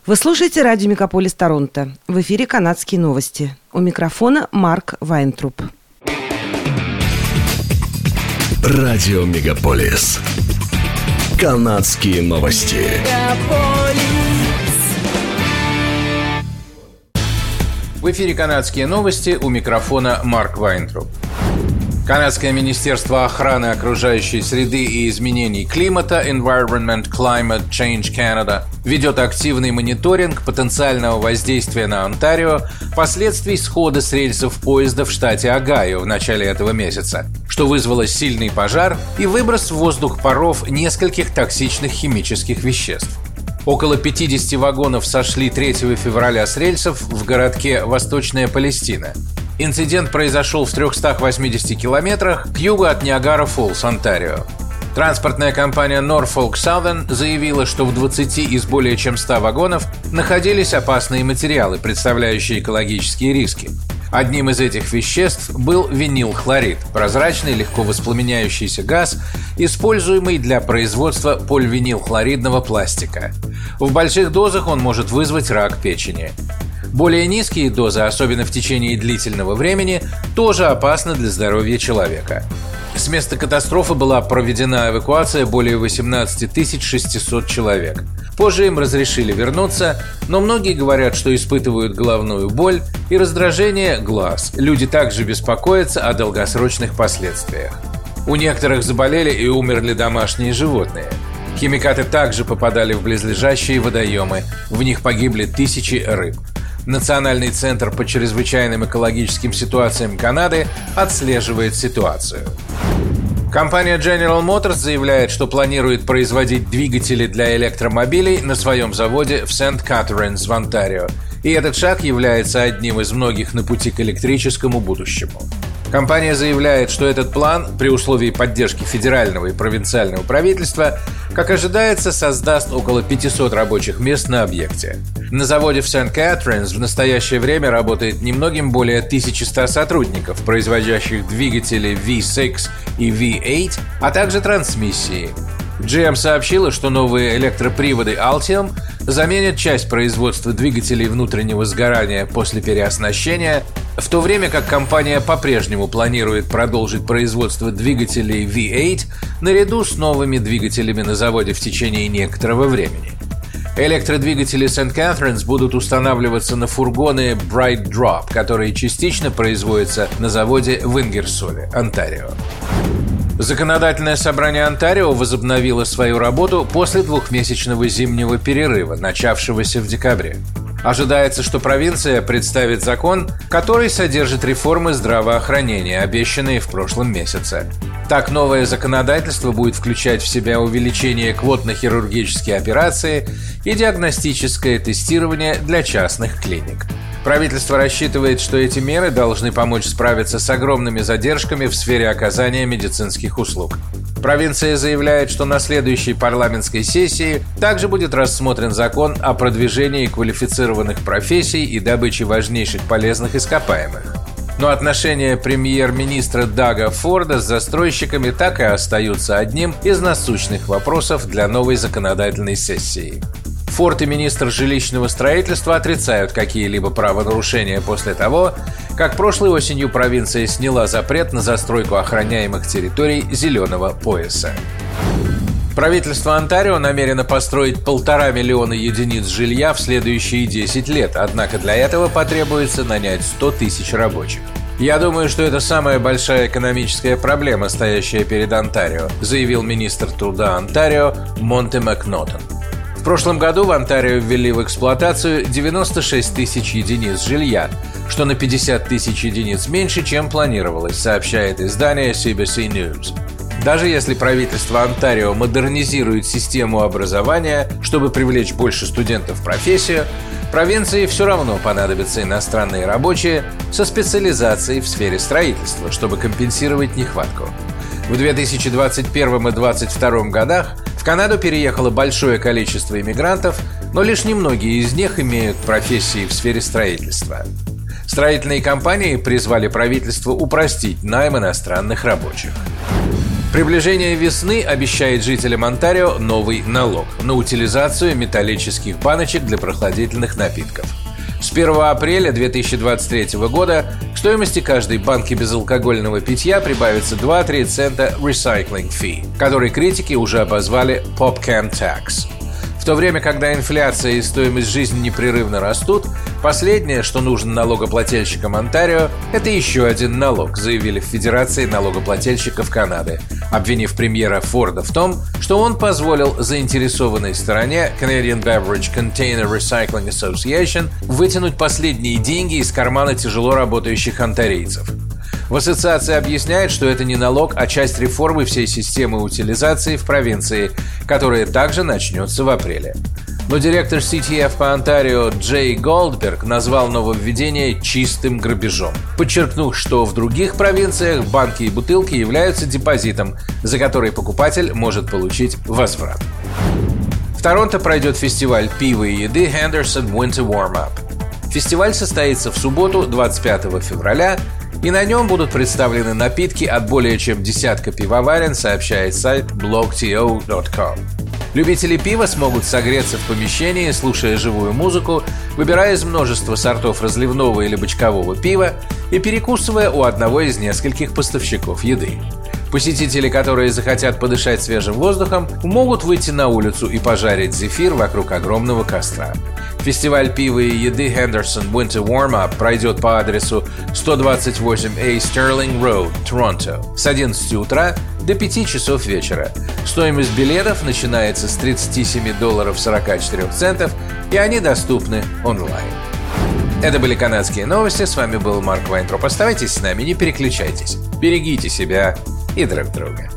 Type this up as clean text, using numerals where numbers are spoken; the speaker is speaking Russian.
Вы слушаете радио Мегаполис Торонто. В эфире канадские новости. У микрофона Марк Вайнтруп. Радио Мегаполис. Канадские новости. В эфире канадские новости. У микрофона Марк Вайнтруп. Канадское министерство охраны окружающей среды и изменений климата Environment Climate Change Canada ведет активный мониторинг потенциального воздействия на Онтарио последствий схода с рельсов поезда в штате Огайо в начале этого месяца, что вызвало сильный пожар и выброс в воздух паров нескольких токсичных химических веществ. Около 50 вагонов сошли 3 февраля с рельсов в городке Восточная Палестина. Инцидент произошел в 380 километрах к югу от Ниагара-Фоллс, Онтарио. Транспортная компания Norfolk Southern заявила, что в 20 из более чем 100 вагонов находились опасные материалы, представляющие экологические риски. Одним из этих веществ был винилхлорид – прозрачный, легко воспламеняющийся газ, используемый для производства поливинилхлоридного пластика. В больших дозах он может вызвать рак печени. Более низкие дозы, особенно в течение длительного времени, тоже опасны для здоровья человека. С места катастрофы была проведена эвакуация более 18 600 человек. Позже им разрешили вернуться, но многие говорят, что испытывают головную боль и раздражение глаз. Люди также беспокоятся о долгосрочных последствиях. У некоторых заболели и умерли домашние животные. Химикаты также попадали в близлежащие водоемы, в них погибли тысячи рыб. Национальный центр по чрезвычайным экологическим ситуациям Канады отслеживает ситуацию. Компания General Motors заявляет, что планирует производить двигатели для электромобилей на своем заводе в Сент-Катеринс в Онтарио. И этот шаг является одним из многих на пути к электрическому будущему. Компания заявляет, что этот план, при условии поддержки федерального и провинциального правительства, как ожидается, создаст около 500 рабочих мест на объекте. На заводе в Сент-Катеринс в настоящее время работает немногим более 1100 сотрудников, производящих двигатели V6 и V8, а также трансмиссии. GM сообщила, что новые электроприводы Altium заменят часть производства двигателей внутреннего сгорания после переоснащения, в то время как компания по-прежнему планирует продолжить производство двигателей V8 наряду с новыми двигателями на заводе в течение некоторого времени. Электродвигатели Сент-Катеринс будут устанавливаться на фургоны Bright Drop, которые частично производятся на заводе в Ингерсоле, Онтарио. Законодательное собрание Онтарио возобновило свою работу после двухмесячного зимнего перерыва, начавшегося в декабре. Ожидается, что провинция представит закон, который содержит реформы здравоохранения, обещанные в прошлом месяце. Так, новое законодательство будет включать в себя увеличение квот на хирургические операции и диагностическое тестирование для частных клиник. Правительство рассчитывает, что эти меры должны помочь справиться с огромными задержками в сфере оказания медицинских услуг. Провинция заявляет, что на следующей парламентской сессии также будет рассмотрен закон о продвижении квалифицированных профессий и добыче важнейших полезных ископаемых. Но отношения премьер-министра Дага Форда с застройщиками так и остаются одним из насущных вопросов для новой законодательной сессии. Форд и министр жилищного строительства отрицают какие-либо правонарушения после того, как прошлой осенью провинция сняла запрет на застройку охраняемых территорий зеленого пояса. Правительство Онтарио намерено построить 1,5 миллиона единиц жилья в следующие 10 лет, однако для этого потребуется нанять 100 тысяч рабочих. «Я думаю, что это самая большая экономическая проблема, стоящая перед Онтарио», заявил министр труда Онтарио Монте Макнотон. В прошлом году в Онтарио ввели в эксплуатацию 96 тысяч единиц жилья, что на 50 тысяч единиц меньше, чем планировалось, сообщает издание CBC News. Даже если правительство Онтарио модернизирует систему образования, чтобы привлечь больше студентов в профессию, провинции все равно понадобятся иностранные рабочие со специализацией в сфере строительства, чтобы компенсировать нехватку. В 2021 и 2022 годах в Канаду переехало большое количество иммигрантов, но лишь немногие из них имеют профессии в сфере строительства. Строительные компании призвали правительство упростить найм иностранных рабочих. Приближение весны обещает жителям Онтарио новый налог на утилизацию металлических баночек для прохладительных напитков. С 1 апреля 2023 года к стоимости каждой банки безалкогольного питья прибавится 2-3 цента recycling fee, который критики уже обозвали Pop Can Tax. В то время, когда инфляция и стоимость жизни непрерывно растут, последнее, что нужно налогоплательщикам Онтарио, это еще один налог, заявили в Федерации налогоплательщиков Канады, обвинив премьера Форда в том, что он позволил заинтересованной стороне Canadian Beverage Container Recycling Association вытянуть последние деньги из кармана тяжело работающих онтарийцев. В ассоциации объясняют, что это не налог, а часть реформы всей системы утилизации в провинции, которая также начнется в апреле. Но директор CTF по Онтарио Джей Голдберг назвал нововведение чистым грабежом, подчеркнув, что в других провинциях банки и бутылки являются депозитом, за который покупатель может получить возврат. В Торонто пройдет фестиваль пива и еды Henderson Winter Warm-Up. Фестиваль состоится в субботу, 25 февраля, и на нем будут представлены напитки от более чем десятка пивоварен, сообщает сайт blogto.com. Любители пива смогут согреться в помещении, слушая живую музыку, выбирая из множества сортов разливного или бочкового пива и перекусывая у одного из нескольких поставщиков еды. Посетители, которые захотят подышать свежим воздухом, могут выйти на улицу и пожарить зефир вокруг огромного костра. Фестиваль пива и еды Henderson Winter Warm-Up пройдет по адресу 128A Sterling Road, Торонто, с 11 утра до 5 часов вечера. Стоимость билетов начинается с $37.44, и они доступны онлайн. Это были канадские новости. С вами был Марк Вайнтроп. Оставайтесь с нами, не переключайтесь. Берегите себя и друг друга.